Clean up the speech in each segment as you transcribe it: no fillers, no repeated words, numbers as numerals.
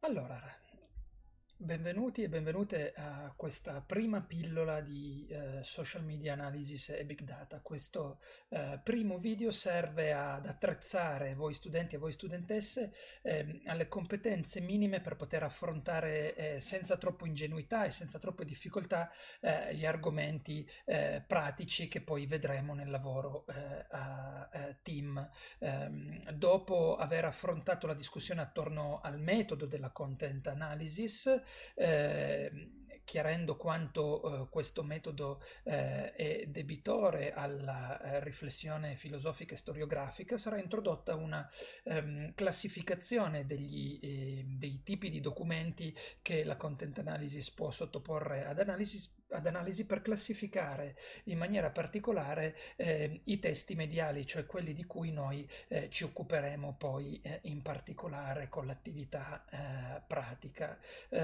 Allora, benvenuti e benvenute a questa prima pillola di social media analysis e big data. Questo primo video serve ad attrezzare voi studenti e voi studentesse alle competenze minime per poter affrontare senza troppo ingenuità e senza troppe difficoltà gli argomenti pratici che poi vedremo nel lavoro a team. Dopo aver affrontato la discussione attorno al metodo della content analysis, chiarendo quanto questo metodo è debitore alla riflessione filosofica e storiografica, sarà introdotta una classificazione dei tipi di documenti che la content analysis può sottoporre ad analisi per classificare in maniera particolare i testi mediali, cioè quelli di cui noi ci occuperemo poi in particolare con l'attività pratica.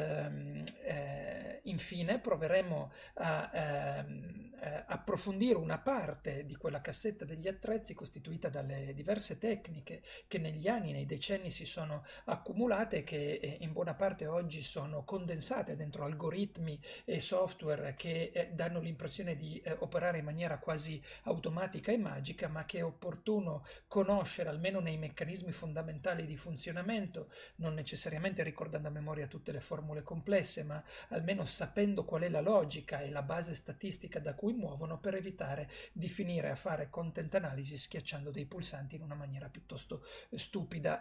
Infine proveremo a approfondire una parte di quella cassetta degli attrezzi costituita dalle diverse tecniche che negli anni, nei decenni si sono accumulate e che in buona parte oggi sono condensate dentro algoritmi e software che danno l'impressione di operare in maniera quasi automatica e magica, ma che è opportuno conoscere almeno nei meccanismi fondamentali di funzionamento, non necessariamente ricordando a memoria tutte le formule complesse, ma almeno sapendo qual è la logica e la base statistica da cui muovono, per evitare di finire a fare content analysis schiacciando dei pulsanti in una maniera piuttosto stupida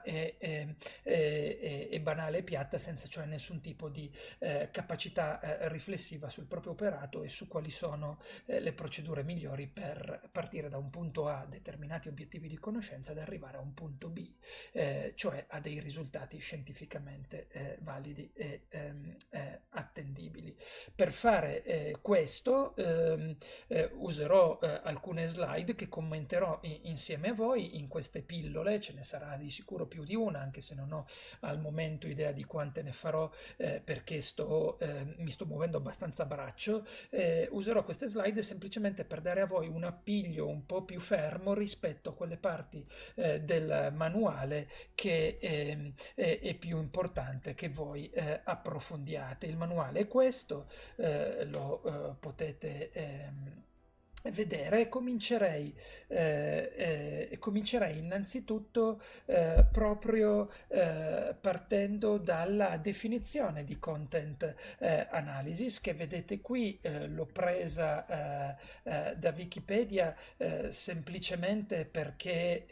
e banale e piatta, senza cioè nessun tipo di capacità riflessiva sul proprio operato e su quali sono le procedure migliori per partire da un punto A, determinati obiettivi di conoscenza, ad arrivare a un punto B, cioè a dei risultati scientificamente validi e attendibili. Per fare questo userò alcune slide che commenterò insieme a voi in queste pillole. Ce ne sarà di sicuro più di una, anche se non ho al momento idea di quante ne farò, perché mi sto muovendo abbastanza a braccio. Userò queste slide semplicemente per dare a voi un appiglio un po' più fermo rispetto a quelle parti del manuale che è più importante che voi approfondiate. Il manuale è questo, lo potete vedere. Comincerei innanzitutto proprio partendo dalla definizione di content analysis, che vedete qui. L'ho presa da Wikipedia semplicemente perché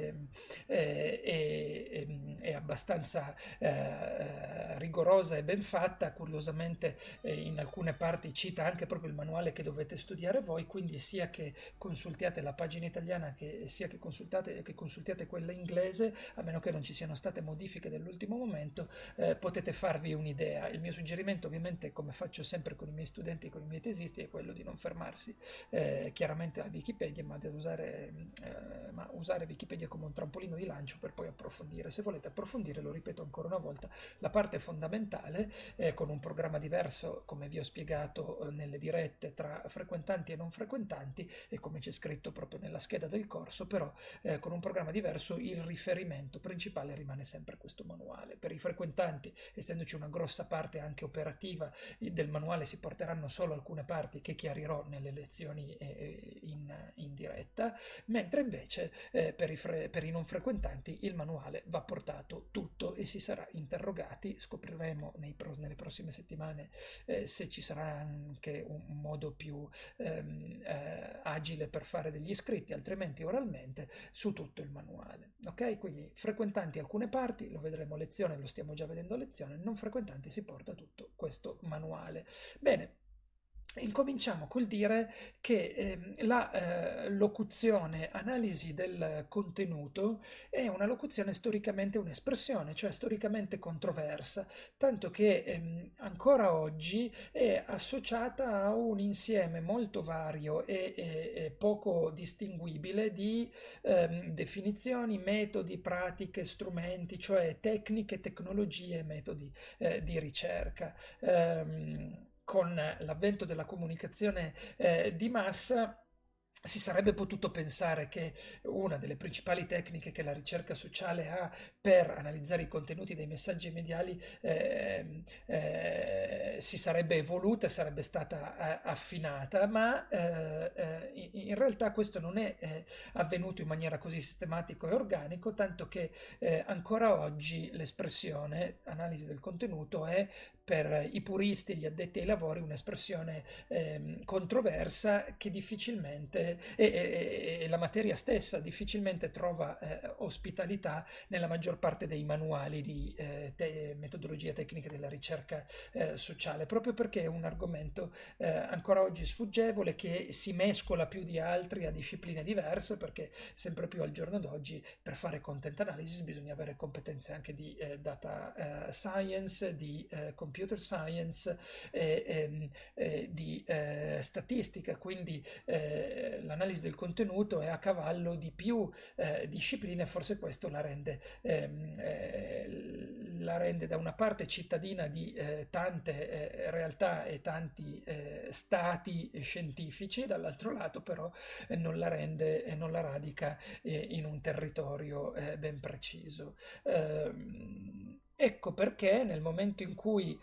è abbastanza rigorosa e ben fatta. Curiosamente in alcune parti cita anche proprio il manuale che dovete studiare voi, quindi sia che consultiate la pagina italiana sia che consultiate quella inglese, a meno che non ci siano state modifiche dell'ultimo momento, potete farvi un'idea. Il mio suggerimento, ovviamente, come faccio sempre con i miei studenti e con i miei tesisti, è quello di non fermarsi chiaramente a Wikipedia, ma usare Wikipedia come un trampolino di lancio per poi approfondire. Se volete approfondire, lo ripeto ancora una volta, la parte fondamentale con un programma diverso, come vi ho spiegato nelle dirette, tra frequentanti e non frequentanti, e come c'è scritto proprio nella scheda del corso, però con un programma diverso il riferimento principale rimane sempre questo manuale. Per i frequentanti, essendoci una grossa parte anche operativa del manuale, si porteranno solo alcune parti che chiarirò nelle lezioni in diretta, mentre invece per i non frequentanti il manuale va portato tutto e si sarà interrogati. Scopriremo nelle prossime settimane se ci sarà anche un modo più agile per fare degli iscritti, altrimenti oralmente, su tutto il manuale. Ok? Quindi frequentanti alcune parti, lo vedremo a lezione, lo stiamo già vedendo a lezione, non frequentanti si porta tutto questo manuale. Bene. Incominciamo col dire che la locuzione analisi del contenuto è una locuzione storicamente un'espressione, cioè storicamente controversa, tanto che ancora oggi è associata a un insieme molto vario e poco distinguibile di definizioni, metodi, pratiche, strumenti, cioè tecniche, tecnologie e metodi di ricerca. Con l'avvento della comunicazione di massa si sarebbe potuto pensare che una delle principali tecniche che la ricerca sociale ha per analizzare i contenuti dei messaggi mediali si sarebbe evoluta, sarebbe stata affinata, ma in realtà questo non è avvenuto in maniera così sistematica e organico, tanto che ancora oggi l'espressione analisi del contenuto è per i puristi, gli addetti ai lavori, un'espressione controversa che difficilmente, e la materia stessa difficilmente trova ospitalità nella maggior parte dei manuali di metodologia tecnica della ricerca sociale, proprio perché è un argomento ancora oggi sfuggevole che si mescola più di altri a discipline diverse, perché sempre più al giorno d'oggi per fare content analysis bisogna avere competenze anche di data science, di computer science di statistica, quindi l'analisi del contenuto è a cavallo di più discipline, forse questo la rende da una parte cittadina di tante realtà e tanti stati scientifici, dall'altro lato però non la rende e non la radica in un territorio ben preciso. Ecco perché nel momento in cui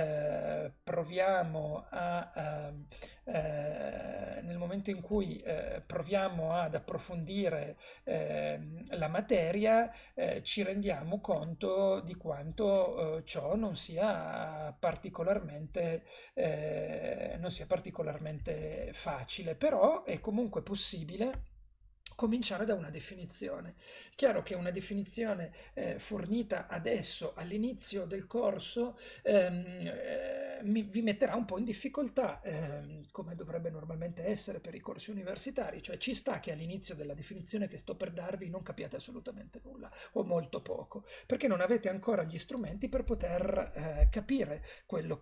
nel momento in cui proviamo ad approfondire la materia, ci rendiamo conto di quanto ciò non sia particolarmente facile, però è comunque possibile cominciare da una definizione. Chiaro che una definizione fornita adesso all'inizio del corso vi metterà un po' in difficoltà, come dovrebbe normalmente essere per i corsi universitari, cioè ci sta che all'inizio della definizione che sto per darvi non capiate assolutamente nulla o molto poco, perché non avete ancora gli strumenti per poter capire quello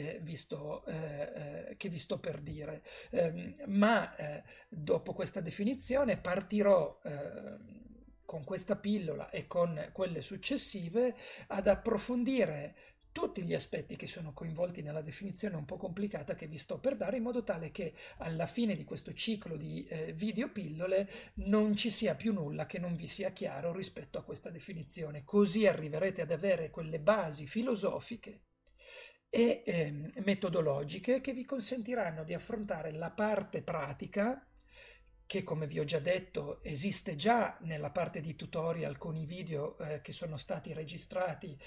che vi sto per dire. Ma dopo questa definizione partirò con questa pillola e con quelle successive ad approfondire tutti gli aspetti che sono coinvolti nella definizione un po' complicata che vi sto per dare, in modo tale che alla fine di questo ciclo di video pillole non ci sia più nulla che non vi sia chiaro rispetto a questa definizione. Così arriverete ad avere quelle basi filosofiche e metodologiche che vi consentiranno di affrontare la parte pratica che, come vi ho già detto, esiste già nella parte di tutorial con i video che sono stati registrati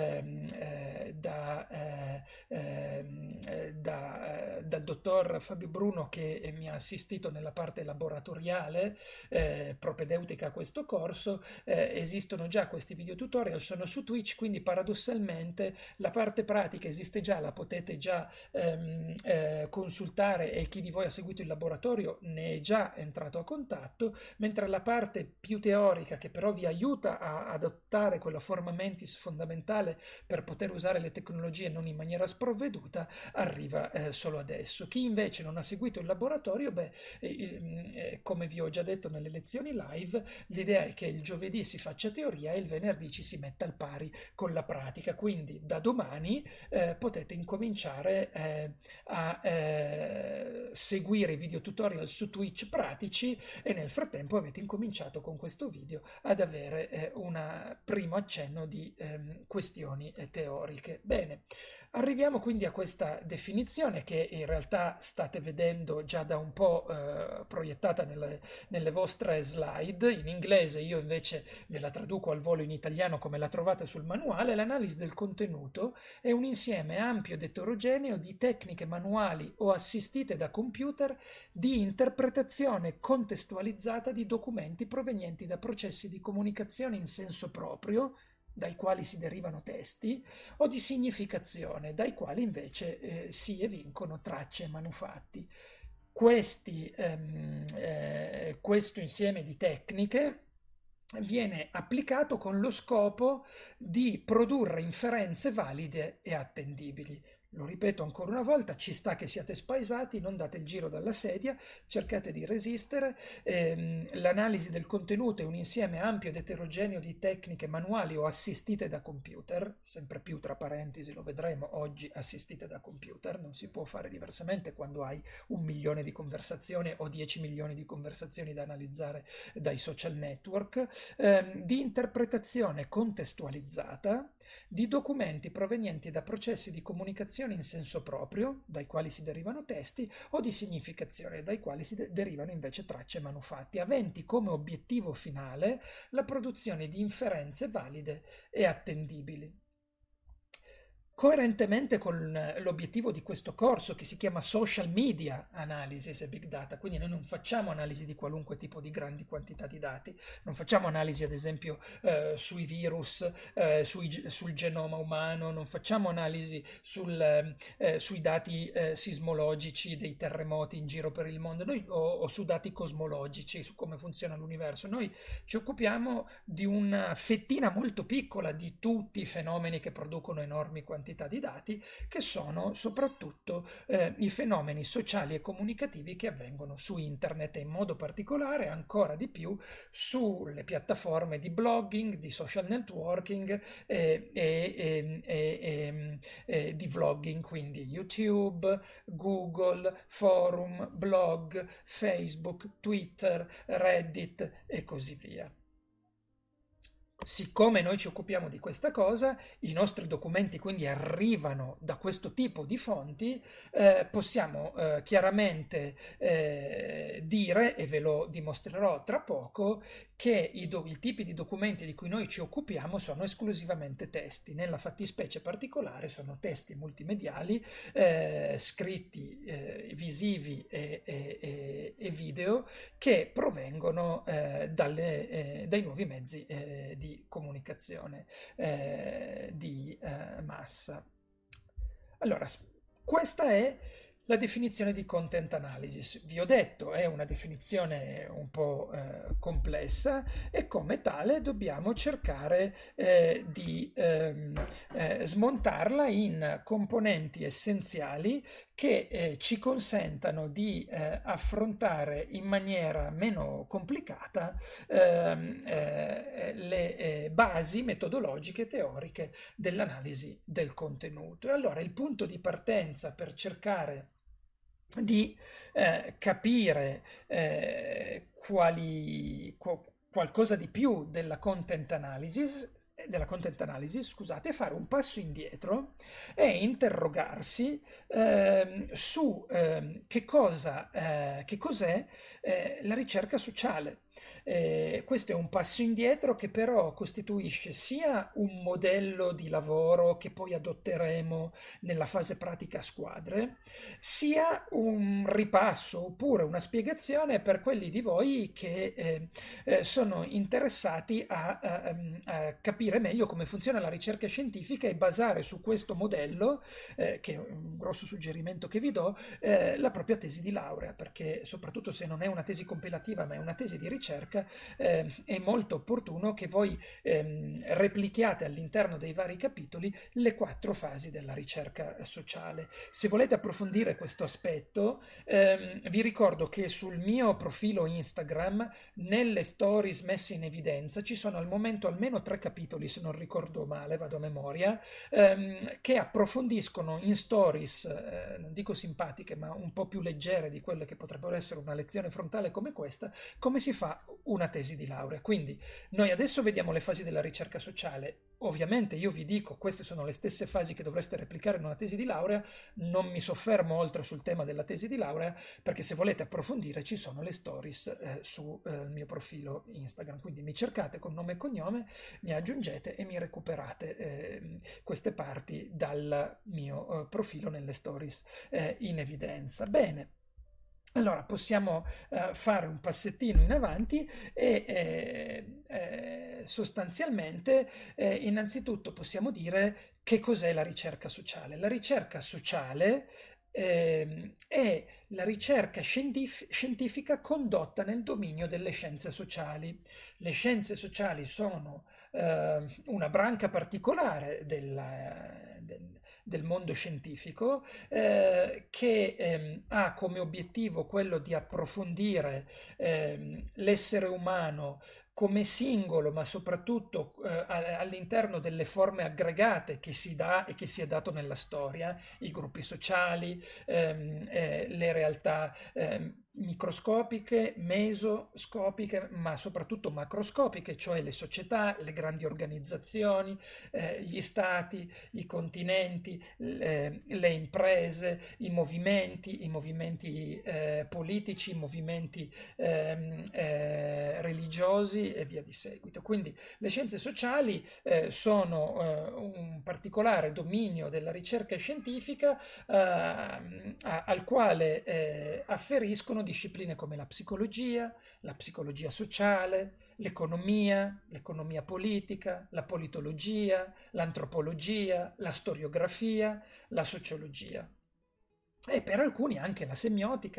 dal dottor Fabio Bruno, che mi ha assistito nella parte laboratoriale propedeutica a questo corso. Esistono già questi video tutorial, sono su Twitch, quindi paradossalmente la parte pratica esiste già, la potete già consultare, e chi di voi ha seguito il laboratorio ne è già entrato a contatto, mentre la parte più teorica, che però vi aiuta a adottare quella forma mentis fondamentale per poter usare le tecnologie non in maniera sprovveduta, arriva solo adesso. Chi invece non ha seguito il laboratorio, come vi ho già detto nelle lezioni live, l'idea è che il giovedì si faccia teoria e il venerdì ci si metta al pari con la pratica, quindi da domani potete incominciare a seguire i video tutorial su Twitch pratici, e nel frattempo avete incominciato con questo video ad avere un primo accenno di questioni teoriche. Bene, arriviamo quindi a questa definizione che in realtà state vedendo già da un po' proiettata nelle vostre slide in inglese. Io invece ve la traduco al volo in italiano come la trovate sul manuale. L'analisi del contenuto è un insieme ampio ed eterogeneo di tecniche manuali o assistite da computer di interpretazione contestualizzata di documenti provenienti da processi di comunicazione in senso proprio, dai quali si derivano testi, o di significazione, dai quali invece si evincono tracce e manufatti. Questo insieme di tecniche viene applicato con lo scopo di produrre inferenze valide e attendibili. Lo ripeto ancora una volta, ci sta che siate spaesati, non date il giro dalla sedia, cercate di resistere. L'analisi del contenuto è un insieme ampio ed eterogeneo di tecniche manuali o assistite da computer, sempre più tra parentesi, lo vedremo oggi, assistite da computer, non si può fare diversamente quando hai 1 milione di conversazioni o 10 milioni di conversazioni da analizzare dai social network, di interpretazione contestualizzata di documenti provenienti da processi di comunicazione in senso proprio, dai quali si derivano testi, o di significazione, dai quali si derivano invece tracce manufatti, aventi come obiettivo finale la produzione di inferenze valide e attendibili. Coerentemente con l'obiettivo di questo corso che si chiama Social Media Analysis e Big Data, quindi noi non facciamo analisi di qualunque tipo di grandi quantità di dati, non facciamo analisi ad esempio sui virus, sul genoma umano, non facciamo analisi sui dati sismologici dei terremoti in giro per il mondo o su dati cosmologici, su come funziona l'universo. Noi ci occupiamo di una fettina molto piccola di tutti i fenomeni che producono enormi quantità di dati, che sono soprattutto i fenomeni sociali e comunicativi che avvengono su internet e in modo particolare ancora di più sulle piattaforme di blogging, di social networking di vlogging, quindi YouTube, Google, forum, blog, Facebook, Twitter, Reddit e così via. Siccome noi ci occupiamo di questa cosa, i nostri documenti quindi arrivano da questo tipo di fonti, possiamo chiaramente dire, e ve lo dimostrerò tra poco, che i tipi di documenti di cui noi ci occupiamo sono esclusivamente testi. Nella fattispecie particolare sono testi multimediali, scritti, visivi e video che provengono dai nuovi mezzi di comunicazione di massa. Allora, questa è la definizione di content analysis. Vi ho detto, è una definizione un po' complessa e come tale dobbiamo cercare di smontarla in componenti essenziali che ci consentano di affrontare in maniera meno complicata le basi metodologiche e teoriche dell'analisi del contenuto. E allora il punto di partenza per cercare di capire qualcosa di più della content analysis, scusate, fare un passo indietro e interrogarsi su che cos'è la ricerca sociale. Questo è un passo indietro che però costituisce sia un modello di lavoro che poi adotteremo nella fase pratica a squadre, sia un ripasso oppure una spiegazione per quelli di voi che sono interessati a capire meglio come funziona la ricerca scientifica e basare su questo modello, che è un grosso suggerimento che vi do, la propria tesi di laurea, perché soprattutto se non è una tesi compilativa ma è una tesi di ricerca, è molto opportuno che voi replichiate all'interno dei vari capitoli le 4 fasi della ricerca sociale. Se volete approfondire questo aspetto, vi ricordo che sul mio profilo Instagram, nelle stories messe in evidenza, ci sono al momento almeno 3 capitoli, se non ricordo male, vado a memoria, che approfondiscono in stories, non dico simpatiche, ma un po' più leggere di quelle che potrebbero essere una lezione frontale come questa, come si fa una tesi di laurea. Quindi noi adesso vediamo le fasi della ricerca sociale. Ovviamente io vi dico, queste sono le stesse fasi che dovreste replicare in una tesi di laurea, non mi soffermo oltre sul tema della tesi di laurea, perché se volete approfondire ci sono le stories sul mio profilo Instagram, quindi mi cercate con nome e cognome, mi aggiungete e mi recuperate queste parti dal mio profilo nelle stories in evidenza. Bene. Allora possiamo fare un passettino in avanti e sostanzialmente innanzitutto possiamo dire che cos'è la ricerca sociale. La ricerca sociale è la ricerca scientifica condotta nel dominio delle scienze sociali. Le scienze sociali sono una branca particolare del mondo scientifico, che ha come obiettivo quello di approfondire l'essere umano come singolo, ma soprattutto all'interno delle forme aggregate che si dà e che si è dato nella storia, i gruppi sociali, le realtà microscopiche, mesoscopiche, ma soprattutto macroscopiche, cioè le società, le grandi organizzazioni, gli stati, i continenti, le imprese, i movimenti politici, i movimenti religiosi e via di seguito. Quindi le scienze sociali sono un particolare dominio della ricerca scientifica al quale afferiscono discipline come la psicologia sociale, l'economia politica, la politologia, l'antropologia, la storiografia, la sociologia. E per alcuni anche la semiotica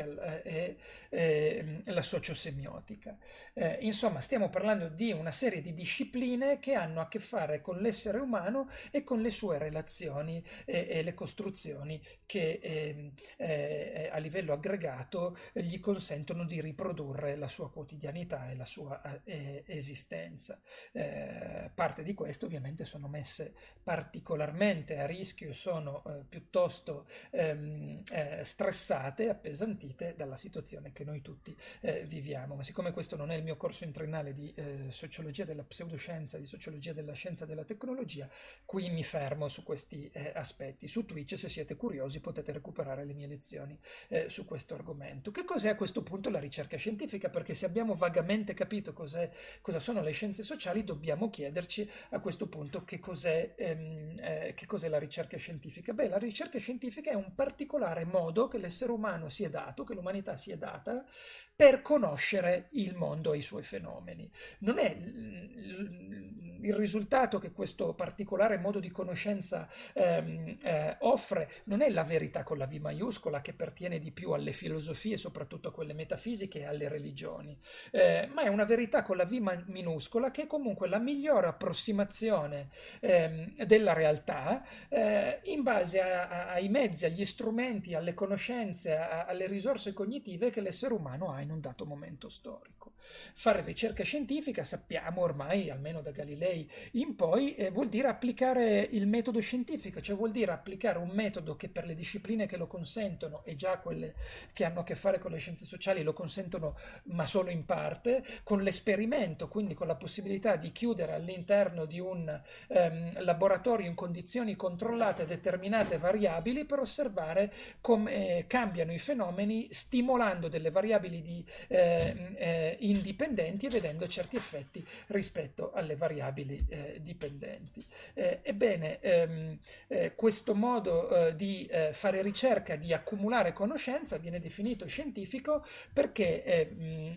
e la sociosemiotica. Insomma, stiamo parlando di una serie di discipline che hanno a che fare con l'essere umano e con le sue relazioni e le costruzioni che a livello aggregato gli consentono di riprodurre la sua quotidianità e la sua esistenza. Parte di questo ovviamente sono messe particolarmente a rischio, sono piuttosto stressate, appesantite dalla situazione che noi tutti viviamo. Ma siccome questo non è il mio corso intrinale di sociologia della pseudoscienza, di sociologia della scienza della tecnologia, qui mi fermo su questi aspetti. Su Twitch, se siete curiosi, potete recuperare le mie lezioni su questo argomento. Che cos'è a questo punto la ricerca scientifica? Perché se abbiamo vagamente capito cosa sono le scienze sociali, dobbiamo chiederci a questo punto che cos'è la ricerca scientifica. Beh, la ricerca scientifica è un particolare modo che l'essere umano si è dato, che l'umanità si è data per conoscere il mondo e i suoi fenomeni. Non è il risultato che questo particolare modo di conoscenza offre, non è la verità con la V maiuscola che pertiene di più alle filosofie, soprattutto a quelle metafisiche e alle religioni, ma è una verità con la V minuscola che è comunque la migliore approssimazione della realtà in base ai mezzi, agli strumenti, alle conoscenze, alle risorse cognitive che l'essere umano ha in un dato momento storico. Fare ricerca scientifica, sappiamo ormai, almeno da Galilei in poi, vuol dire applicare il metodo scientifico, cioè vuol dire applicare un metodo che per le discipline che lo consentono, e già quelle che hanno a che fare con le scienze sociali lo consentono, ma solo in parte, con l'esperimento, quindi con la possibilità di chiudere all'interno di un laboratorio in condizioni controllate determinate variabili per osservare come cambiano i fenomeni, stimolando delle variabili indipendenti e vedendo certi effetti rispetto alle variabili dipendenti. Ebbene, questo modo di fare ricerca, di accumulare conoscenza, viene definito scientifico perché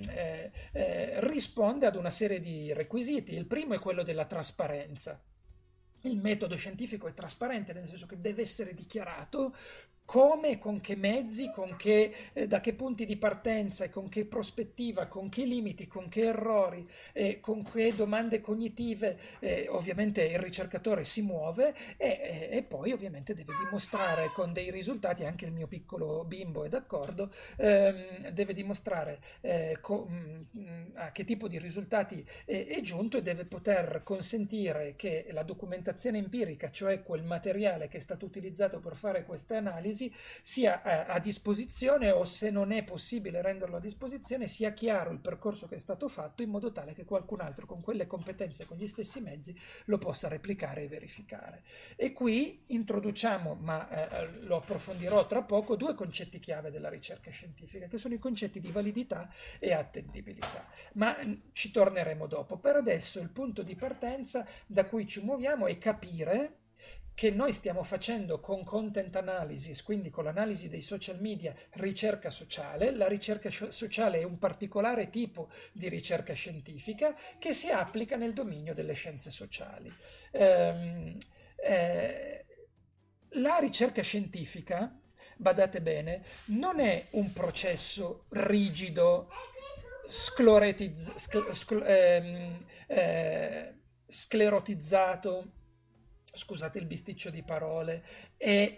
risponde ad una serie di requisiti. Il primo è quello della trasparenza. Il metodo scientifico è trasparente, nel senso che deve essere dichiarato come, con che mezzi, da che punti di partenza e con che prospettiva, con che limiti, con che errori, con che domande cognitive ovviamente il ricercatore si muove e poi ovviamente deve dimostrare con dei risultati, anche il mio piccolo bimbo è d'accordo, deve dimostrare a che tipo di risultati è giunto e deve poter consentire che la documentazione empirica, cioè quel materiale che è stato utilizzato per fare queste analisi, sia a disposizione, o se non è possibile renderlo a disposizione, sia chiaro il percorso che è stato fatto in modo tale che qualcun altro con quelle competenze e con gli stessi mezzi lo possa replicare e verificare. E qui introduciamo, ma lo approfondirò tra poco, due concetti chiave della ricerca scientifica, che sono i concetti di validità e attendibilità. Ma ci torneremo dopo. Per adesso il punto di partenza da cui ci muoviamo è capire che noi stiamo facendo con content analysis, quindi con l'analisi dei social media, ricerca sociale. La ricerca sociale è un particolare tipo di ricerca scientifica che si applica nel dominio delle scienze sociali. La ricerca scientifica, badate bene, non è un processo rigido, sclerotizzato, scusate il bisticcio di parole, è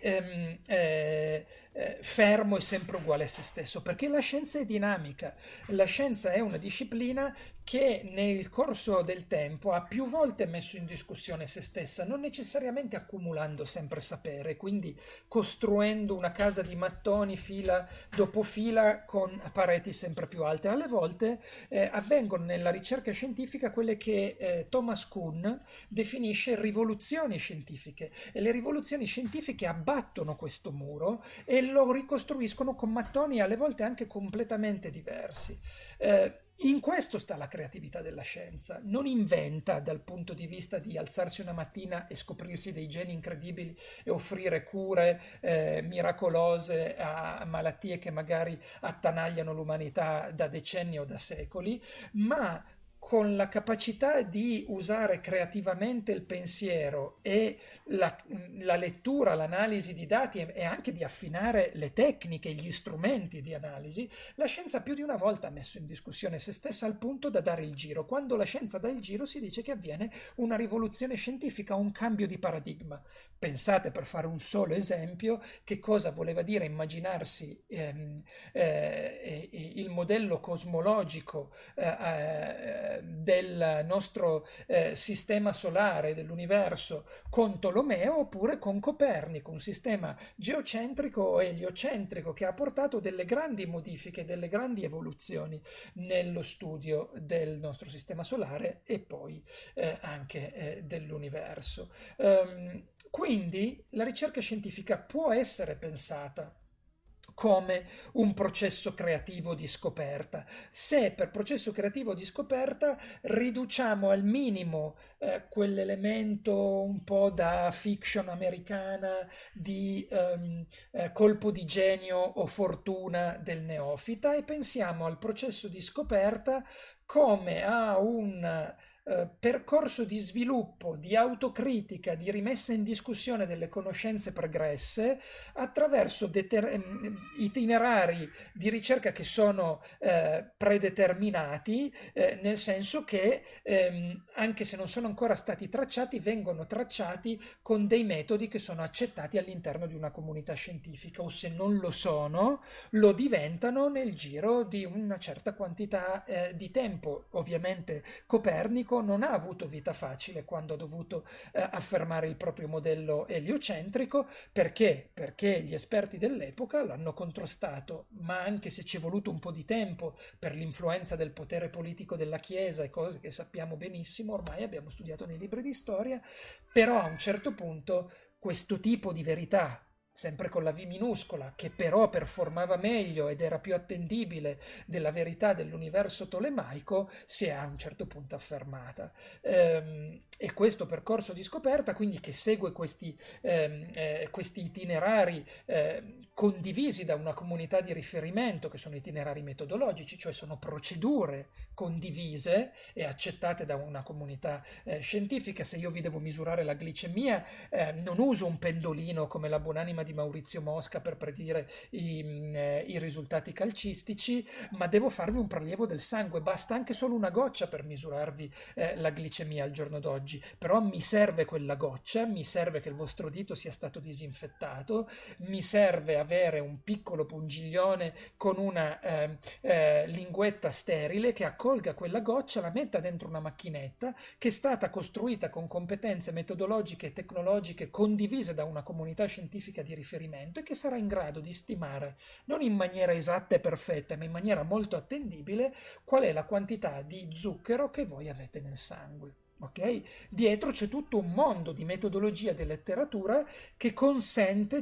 fermo e sempre uguale a se stesso, perché la scienza è dinamica. La scienza è una disciplina che nel corso del tempo ha più volte messo in discussione se stessa, non necessariamente accumulando sempre sapere, quindi costruendo una casa di mattoni fila dopo fila con pareti sempre più alte. Alle volte avvengono nella ricerca scientifica quelle che Thomas Kuhn definisce rivoluzioni scientifiche, e le rivoluzioni scientifiche abbattono questo muro e lo ricostruiscono con mattoni alle volte anche completamente diversi. In questo sta la creatività della scienza, non inventa dal punto di vista di alzarsi una mattina e scoprirsi dei geni incredibili e offrire cure miracolose a malattie che magari attanagliano l'umanità da decenni o da secoli, ma con la capacità di usare creativamente il pensiero e la, la lettura, l'analisi di dati e anche di affinare le tecniche, gli strumenti di analisi, la scienza più di una volta ha messo in discussione se stessa al punto da dare il giro. Quando la scienza dà il giro si dice che avviene una rivoluzione scientifica, un cambio di paradigma. Pensate, per fare un solo esempio, che cosa voleva dire immaginarsi il modello cosmologico del nostro sistema solare, dell'universo, con Tolomeo oppure con Copernico, un sistema geocentrico o eliocentrico che ha portato delle grandi modifiche, delle grandi evoluzioni nello studio del nostro sistema solare e poi anche dell'universo. Quindi la ricerca scientifica può essere pensata come un processo creativo di scoperta. Se per processo creativo di scoperta riduciamo al minimo quell'elemento un po' da fiction americana di colpo di genio o fortuna del neofita e pensiamo al processo di scoperta come a un percorso di sviluppo, di autocritica, di rimessa in discussione delle conoscenze pregresse attraverso itinerari di ricerca che sono predeterminati, nel senso che anche se non sono ancora stati tracciati, vengono tracciati con dei metodi che sono accettati all'interno di una comunità scientifica, o se non lo sono, lo diventano nel giro di una certa quantità di tempo. Ovviamente Copernico non ha avuto vita facile quando ha dovuto affermare il proprio modello eliocentrico. Perché? Perché gli esperti dell'epoca l'hanno contrastato, ma anche se ci è voluto un po' di tempo per l'influenza del potere politico della Chiesa e cose che sappiamo benissimo, ormai abbiamo studiato nei libri di storia, però a un certo punto questo tipo di verità, sempre con la V minuscola, che però performava meglio ed era più attendibile della verità dell'universo tolemaico, si è a un certo punto affermata. E questo percorso di scoperta, quindi che segue questi itinerari condivisi da una comunità di riferimento, che sono itinerari metodologici, cioè sono procedure condivise e accettate da una comunità scientifica. Se io vi devo misurare la glicemia, non uso un pendolino come la buonanima di Maurizio Mosca per predire i risultati calcistici, ma devo farvi un prelievo del sangue. Basta anche solo una goccia per misurarvi la glicemia al giorno d'oggi, però mi serve quella goccia, mi serve che il vostro dito sia stato disinfettato, mi serve avere un piccolo pungiglione con una linguetta sterile che accolga quella goccia, la metta dentro una macchinetta che è stata costruita con competenze metodologiche e tecnologiche condivise da una comunità scientifica di riferimento e che sarà in grado di stimare, non in maniera esatta e perfetta, ma in maniera molto attendibile, qual è la quantità di zucchero che voi avete nel sangue. Okay? Dietro c'è tutto un mondo di metodologia della letteratura che consente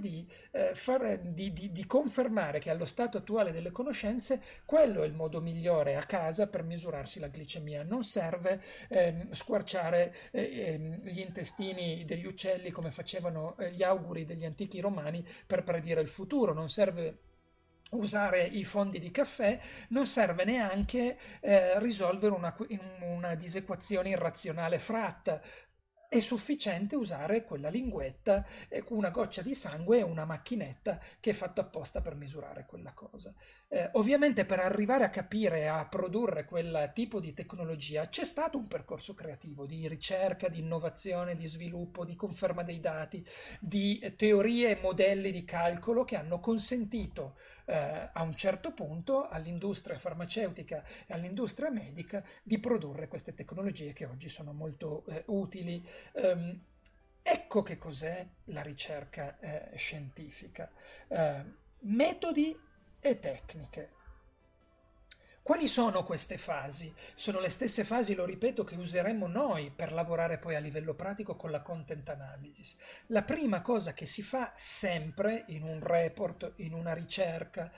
di confermare che allo stato attuale delle conoscenze quello è il modo migliore a casa per misurarsi la glicemia. Non serve squarciare gli intestini degli uccelli come facevano gli auguri degli antichi romani per predire il futuro, non serve usare i fondi di caffè, non serve neanche risolvere una disequazione irrazionale fratta. è sufficiente usare quella linguetta, una goccia di sangue e una macchinetta che è fatto apposta per misurare quella cosa. Ovviamente per arrivare a capire e a produrre quel tipo di tecnologia c'è stato un percorso creativo di ricerca, di innovazione, di sviluppo, di conferma dei dati, di teorie e modelli di calcolo che hanno consentito a un certo punto all'industria farmaceutica e all'industria medica di produrre queste tecnologie che oggi sono molto utili. Ehm, ecco che cos'è la ricerca scientifica. Metodi e tecniche. Quali sono queste fasi? Sono le stesse fasi, lo ripeto, che useremo noi per lavorare poi a livello pratico con la content analysis. La prima cosa che si fa sempre in un report, in una ricerca,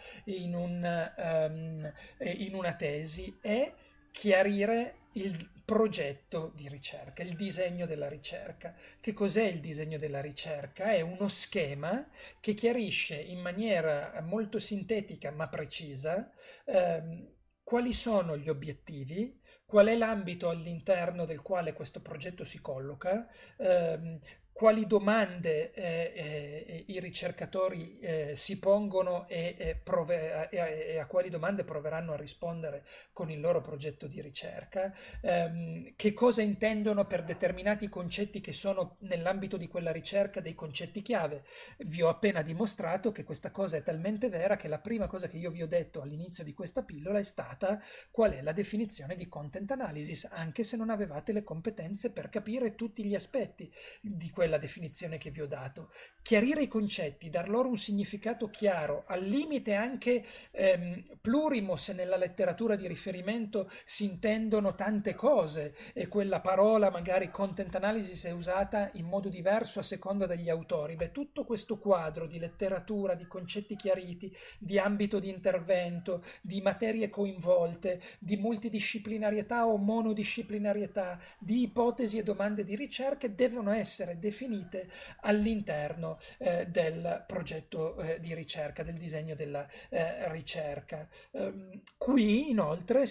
in una tesi è chiarire il progetto di ricerca, il disegno della ricerca. Che cos'è il disegno della ricerca? È uno schema che chiarisce in maniera molto sintetica ma precisa quali sono gli obiettivi, qual è l'ambito all'interno del quale questo progetto si colloca, quali domande i ricercatori si pongono e a quali domande proveranno a rispondere con il loro progetto di ricerca, che cosa intendono per determinati concetti che sono nell'ambito di quella ricerca dei concetti chiave. Vi ho appena dimostrato che questa cosa è talmente vera che la prima cosa che io vi ho detto all'inizio di questa pillola è stata qual è la definizione di content analysis, anche se non avevate le competenze per capire tutti gli aspetti di quella definizione che vi ho dato. Chiarire i concetti, dar loro un significato chiaro, al limite anche plurimo se nella letteratura di riferimento si intendono tante cose e quella parola magari content analysis è usata in modo diverso a seconda degli autori. Beh, tutto questo quadro di letteratura, di concetti chiariti, di ambito di intervento, di materie coinvolte, di multidisciplinarietà o monodisciplinarietà, di ipotesi e domande di ricerca devono essere definite all'interno del progetto di ricerca, del disegno della ricerca. Qui inoltre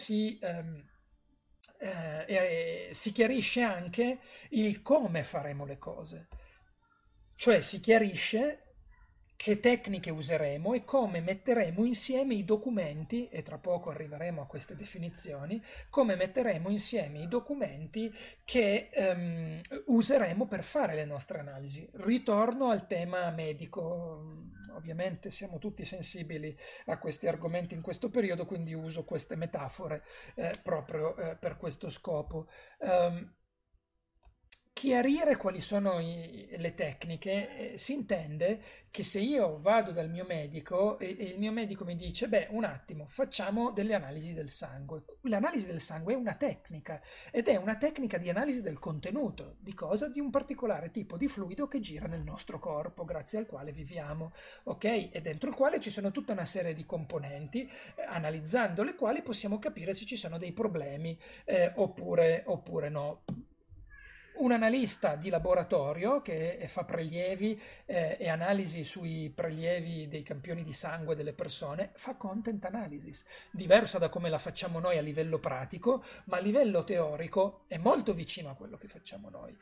si chiarisce anche il come faremo le cose, cioè si chiarisce che tecniche useremo e come metteremo insieme i documenti, e tra poco arriveremo a queste definizioni, come metteremo insieme i documenti che useremo per fare le nostre analisi. Ritorno al tema medico. Ovviamente siamo tutti sensibili a questi argomenti in questo periodo, quindi uso queste metafore proprio per questo scopo. Um, Chiarire quali sono le tecniche, si intende che se io vado dal mio medico e il mio medico mi dice, beh, un attimo, facciamo delle analisi del sangue. L'analisi del sangue è una tecnica ed è una tecnica di analisi del contenuto, di cosa? Di un particolare tipo di fluido che gira nel nostro corpo, grazie al quale viviamo, ok? E dentro il quale ci sono tutta una serie di componenti, analizzando le quali possiamo capire se ci sono dei problemi oppure no. Un analista di laboratorio che fa prelievi e analisi sui prelievi dei campioni di sangue delle persone fa content analysis, diversa da come la facciamo noi a livello pratico, ma a livello teorico è molto vicino a quello che facciamo noi.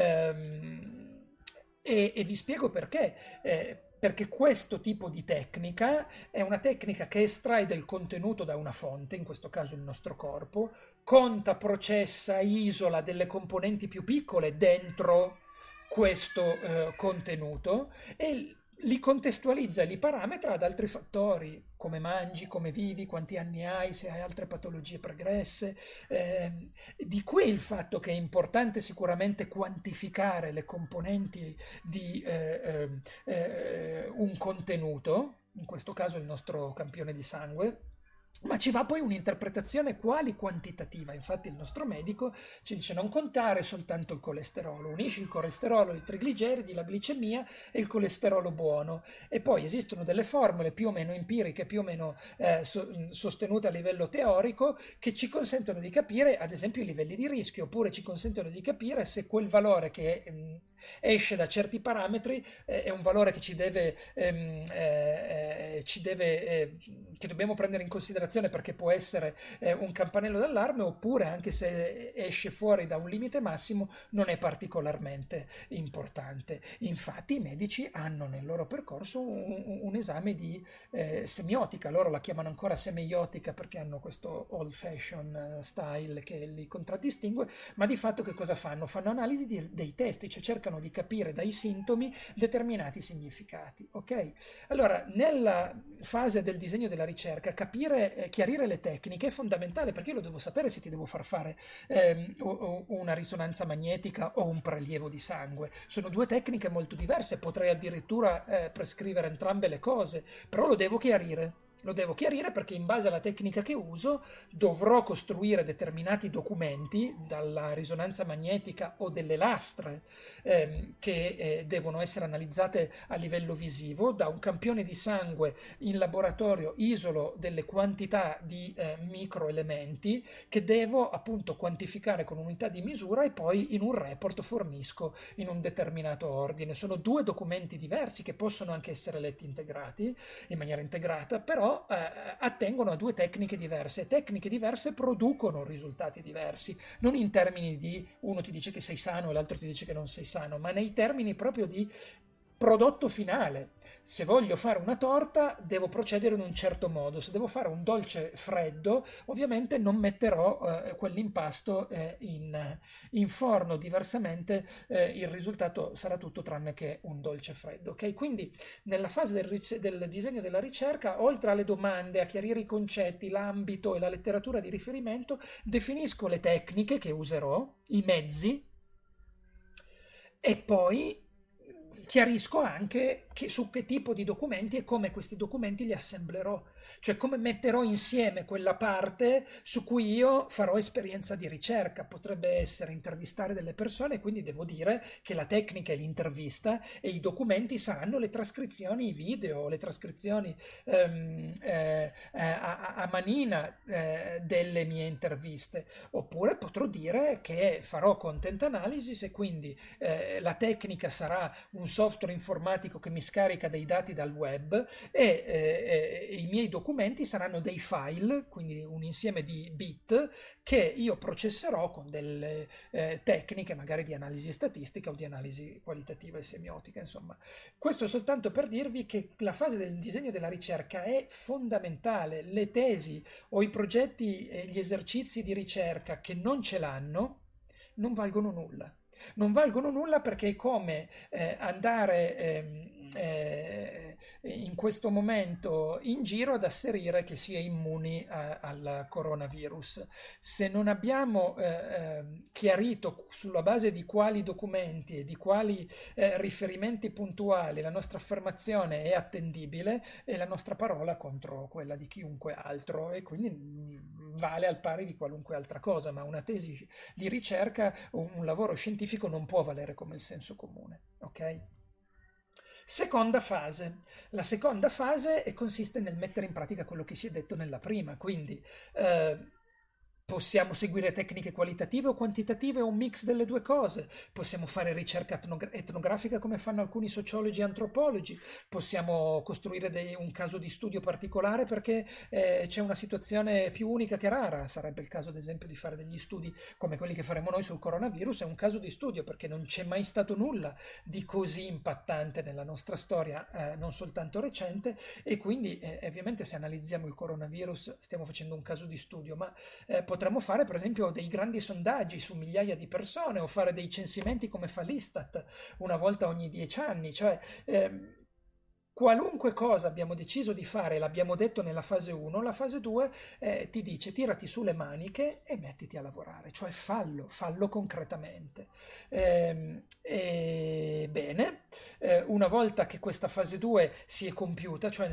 E vi spiego perché. Perché questo tipo di tecnica è una tecnica che estrae del contenuto da una fonte, in questo caso il nostro corpo, conta, processa, isola delle componenti più piccole dentro questo contenuto e li contestualizza e li parametra ad altri fattori, come mangi, come vivi, quanti anni hai, se hai altre patologie pregresse. Di qui il fatto che è importante sicuramente quantificare le componenti di un contenuto, in questo caso il nostro campione di sangue, ma ci va poi un'interpretazione quali quantitativa. Infatti il nostro medico ci dice non contare soltanto il colesterolo, unisci il colesterolo, i trigliceridi, la glicemia e il colesterolo buono. E poi esistono delle formule più o meno empiriche, più o meno sostenute a livello teorico, che ci consentono di capire ad esempio i livelli di rischio, oppure ci consentono di capire se quel valore che esce da certi parametri è un valore che che dobbiamo prendere in considerazione considerazione perché può essere un campanello d'allarme, oppure anche se esce fuori da un limite massimo non è particolarmente importante. Infatti i medici hanno nel loro percorso un esame di semiotica, loro la chiamano ancora semeiotica perché hanno questo old fashion style che li contraddistingue, ma di fatto che cosa fanno? Fanno analisi dei testi, cioè cercano di capire dai sintomi determinati significati, ok? Allora, nella fase del disegno della ricerca, capire, chiarire le tecniche è fondamentale perché io lo devo sapere se ti devo far fare una risonanza magnetica o un prelievo di sangue. Sono due tecniche molto diverse, potrei addirittura prescrivere entrambe le cose, però lo devo chiarire. Lo devo chiarire perché in base alla tecnica che uso dovrò costruire determinati documenti dalla risonanza magnetica o delle lastre che devono essere analizzate a livello visivo. Da un campione di sangue in laboratorio isolo delle quantità di microelementi che devo appunto quantificare con unità di misura e poi in un report fornisco in un determinato ordine. Sono due documenti diversi che possono anche essere letti integrati in maniera integrata, però attengono a due tecniche diverse. Tecniche diverse producono risultati diversi, non in termini di uno ti dice che sei sano e l'altro ti dice che non sei sano, ma nei termini proprio di prodotto finale. Se voglio fare una torta devo procedere in un certo modo, se devo fare un dolce freddo ovviamente non metterò quell'impasto in forno, diversamente il risultato sarà tutto tranne che un dolce freddo. Ok? Quindi nella fase del disegno della ricerca, oltre alle domande, a chiarire i concetti, l'ambito e la letteratura di riferimento, definisco le tecniche che userò, i mezzi e poi chiarisco anche su che tipo di documenti e come questi documenti li assemblerò, cioè come metterò insieme quella parte su cui io farò esperienza di ricerca. Potrebbe essere intervistare delle persone, quindi devo dire che la tecnica è l'intervista e i documenti saranno le trascrizioni video, le trascrizioni a manina delle mie interviste. Oppure potrò dire che farò content analysis e quindi la tecnica sarà un software informatico che mi scarica dei dati dal web e i miei documenti saranno dei file, quindi un insieme di bit che io processerò con delle tecniche magari di analisi statistica o di analisi qualitativa e semiotica, insomma. Questo soltanto per dirvi che la fase del disegno della ricerca è fondamentale. Le tesi o i progetti e gli esercizi di ricerca che non ce l'hanno non valgono nulla. Non valgono nulla perché è come andare in questo momento in giro ad asserire che si è immuni al coronavirus. Se non abbiamo chiarito sulla base di quali documenti e di quali riferimenti puntuali la nostra affermazione è attendibile, è la nostra parola contro quella di chiunque altro e quindi vale al pari di qualunque altra cosa, ma una tesi di ricerca o un lavoro scientifico non può valere come il senso comune, ok? Seconda fase. La seconda fase consiste nel mettere in pratica quello che si è detto nella prima, quindi possiamo seguire tecniche qualitative o quantitative o un mix delle due cose, possiamo fare ricerca etnografica come fanno alcuni sociologi e antropologi, possiamo costruire un caso di studio particolare perché c'è una situazione più unica che rara, sarebbe il caso ad esempio di fare degli studi come quelli che faremo noi sul coronavirus, è un caso di studio perché non c'è mai stato nulla di così impattante nella nostra storia, non soltanto recente, e quindi ovviamente se analizziamo il coronavirus stiamo facendo un caso di studio, ma potremmo fare per esempio dei grandi sondaggi su migliaia di persone o fare dei censimenti come fa l'Istat una volta ogni 10 anni, cioè qualunque cosa abbiamo deciso di fare, l'abbiamo detto nella fase 1, la fase 2 ti dice tirati su le maniche e mettiti a lavorare, cioè fallo concretamente. Bene, una volta che questa fase 2 si è compiuta, cioè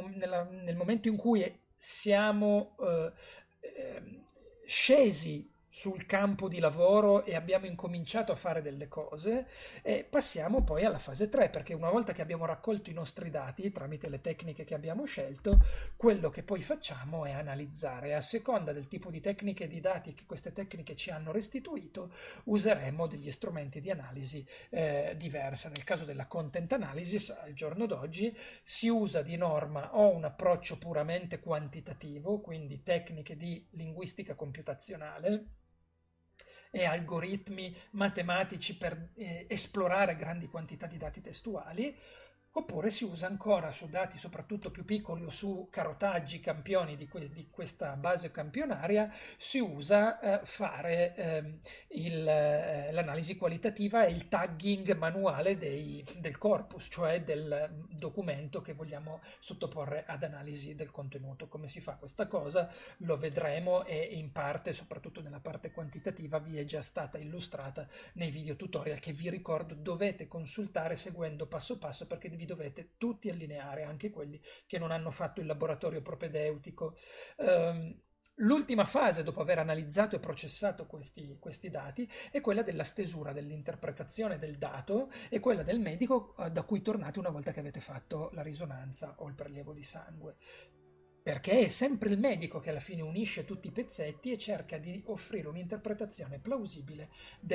nel momento in cui siamo scesi sul campo di lavoro e abbiamo incominciato a fare delle cose e passiamo poi alla fase 3, perché una volta che abbiamo raccolto i nostri dati tramite le tecniche che abbiamo scelto, quello che poi facciamo è analizzare. A seconda del tipo di tecniche e di dati che queste tecniche ci hanno restituito, useremo degli strumenti di analisi diversa. Nel caso della content analysis, al giorno d'oggi si usa di norma o un approccio puramente quantitativo, quindi tecniche di linguistica computazionale e algoritmi matematici per esplorare grandi quantità di dati testuali, oppure si usa ancora su dati soprattutto più piccoli o su carotaggi, campioni di questa base campionaria, si usa fare l'analisi qualitativa e il tagging manuale del corpus, cioè del documento che vogliamo sottoporre ad analisi del contenuto. Come si fa questa cosa lo vedremo, e in parte, soprattutto nella parte quantitativa, vi è già stata illustrata nei video tutorial che vi ricordo dovete consultare seguendo passo passo, perché vi dovete tutti allineare, anche quelli che non hanno fatto il laboratorio propedeutico. L'ultima fase, dopo aver analizzato e processato questi dati, è quella della stesura, dell'interpretazione del dato, e quella del medico da cui tornate una volta che avete fatto la risonanza o il prelievo di sangue. Perché è sempre il medico che alla fine unisce tutti i pezzetti e cerca di offrire un'interpretazione plausibile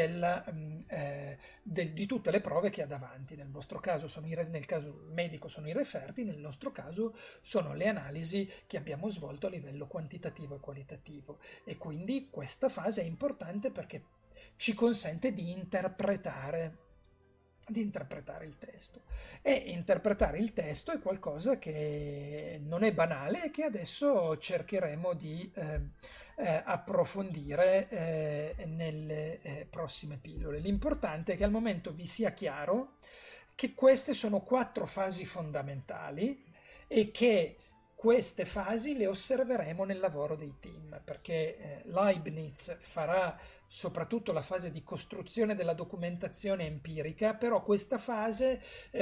di tutte le prove che ha davanti. Nel vostro caso nel caso medico sono i referti, nel nostro caso sono le analisi che abbiamo svolto a livello quantitativo e qualitativo. E quindi questa fase è importante perché ci consente di interpretare il testo. E interpretare il testo è qualcosa che non è banale e che adesso cercheremo di approfondire nelle prossime pillole. L'importante è che al momento vi sia chiaro che queste sono 4 fasi fondamentali e che queste fasi le osserveremo nel lavoro dei team, perché Leibniz farà soprattutto la fase di costruzione della documentazione empirica, però questa fase,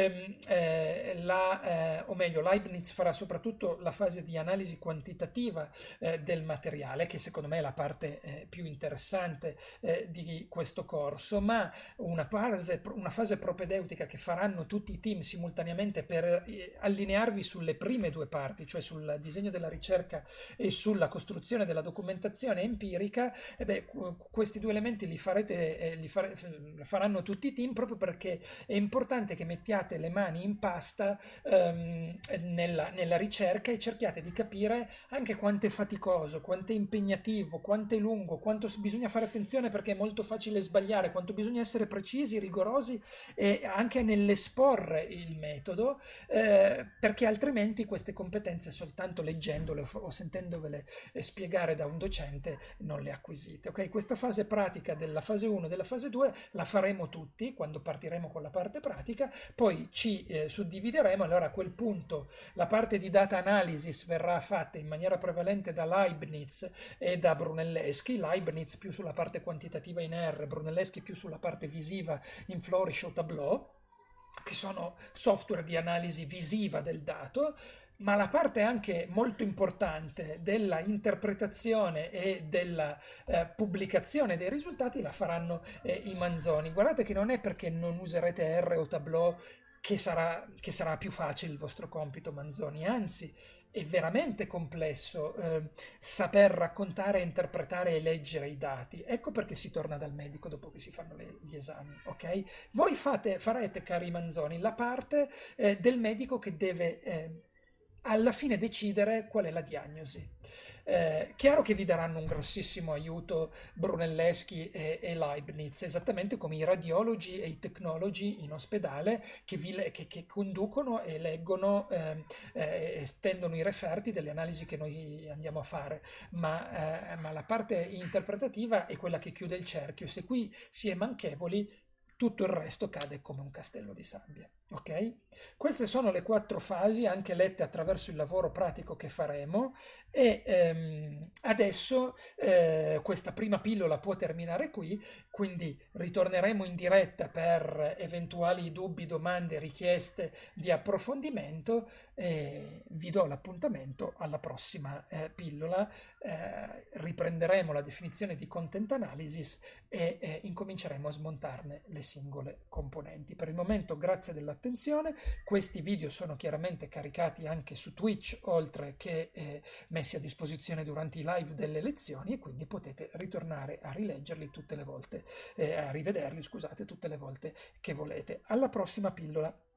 o meglio, Leibniz farà soprattutto la fase di analisi quantitativa del materiale, che secondo me è la parte più interessante di questo corso, ma una fase propedeutica che faranno tutti i team simultaneamente per allinearvi sulle prime 2 parti, cioè sul disegno della ricerca e sulla costruzione della documentazione empirica. Questi 2 elementi faranno tutti i team, proprio perché è importante che mettiate le mani in pasta nella ricerca e cerchiate di capire anche quanto è faticoso, quanto è impegnativo, quanto è lungo, quanto bisogna fare attenzione perché è molto facile sbagliare, quanto bisogna essere precisi, rigorosi e anche nell'esporre il metodo, perché altrimenti queste competenze soltanto leggendole o sentendovele spiegare da un docente non le acquisite. Ok? Questa fase pratica della fase 1 e della fase 2 la faremo tutti quando partiremo con la parte pratica, poi ci suddivideremo. Allora a quel punto la parte di data analysis verrà fatta in maniera prevalente da Leibniz e da Brunelleschi, Leibniz più sulla parte quantitativa in R, Brunelleschi più sulla parte visiva in Flourish o Tableau, che sono software di analisi visiva del dato. Ma la parte anche molto importante della interpretazione e della pubblicazione dei risultati la faranno i manzoni. Guardate che non è perché non userete R o Tableau che sarà più facile il vostro compito, manzoni, anzi è veramente complesso saper raccontare, interpretare e leggere i dati. Ecco perché si torna dal medico dopo che si fanno gli esami, ok? Voi farete, cari manzoni, la parte del medico che deve alla fine decidere qual è la diagnosi. Chiaro che vi daranno un grossissimo aiuto Brunelleschi e Leibniz, esattamente come i radiologi e i tecnologi in ospedale che conducono e leggono e stendono i referti delle analisi che noi andiamo a fare, ma la parte interpretativa è quella che chiude il cerchio. Se qui si è manchevoli, tutto il resto cade come un castello di sabbia. Ok? Queste sono le 4 fasi, anche lette attraverso il lavoro pratico che faremo, e adesso questa prima pillola può terminare qui, quindi ritorneremo in diretta per eventuali dubbi, domande, richieste di approfondimento, e vi do l'appuntamento alla prossima pillola. Riprenderemo la definizione di content analysis e incominceremo a smontarne le singole componenti. Per il momento grazie dell'attenzione, questi video sono chiaramente caricati anche su Twitch, oltre che messi a disposizione durante i live delle lezioni, e quindi potete ritornare a rileggerli tutte le volte, a rivederli, scusate, tutte le volte che volete. Alla prossima pillola!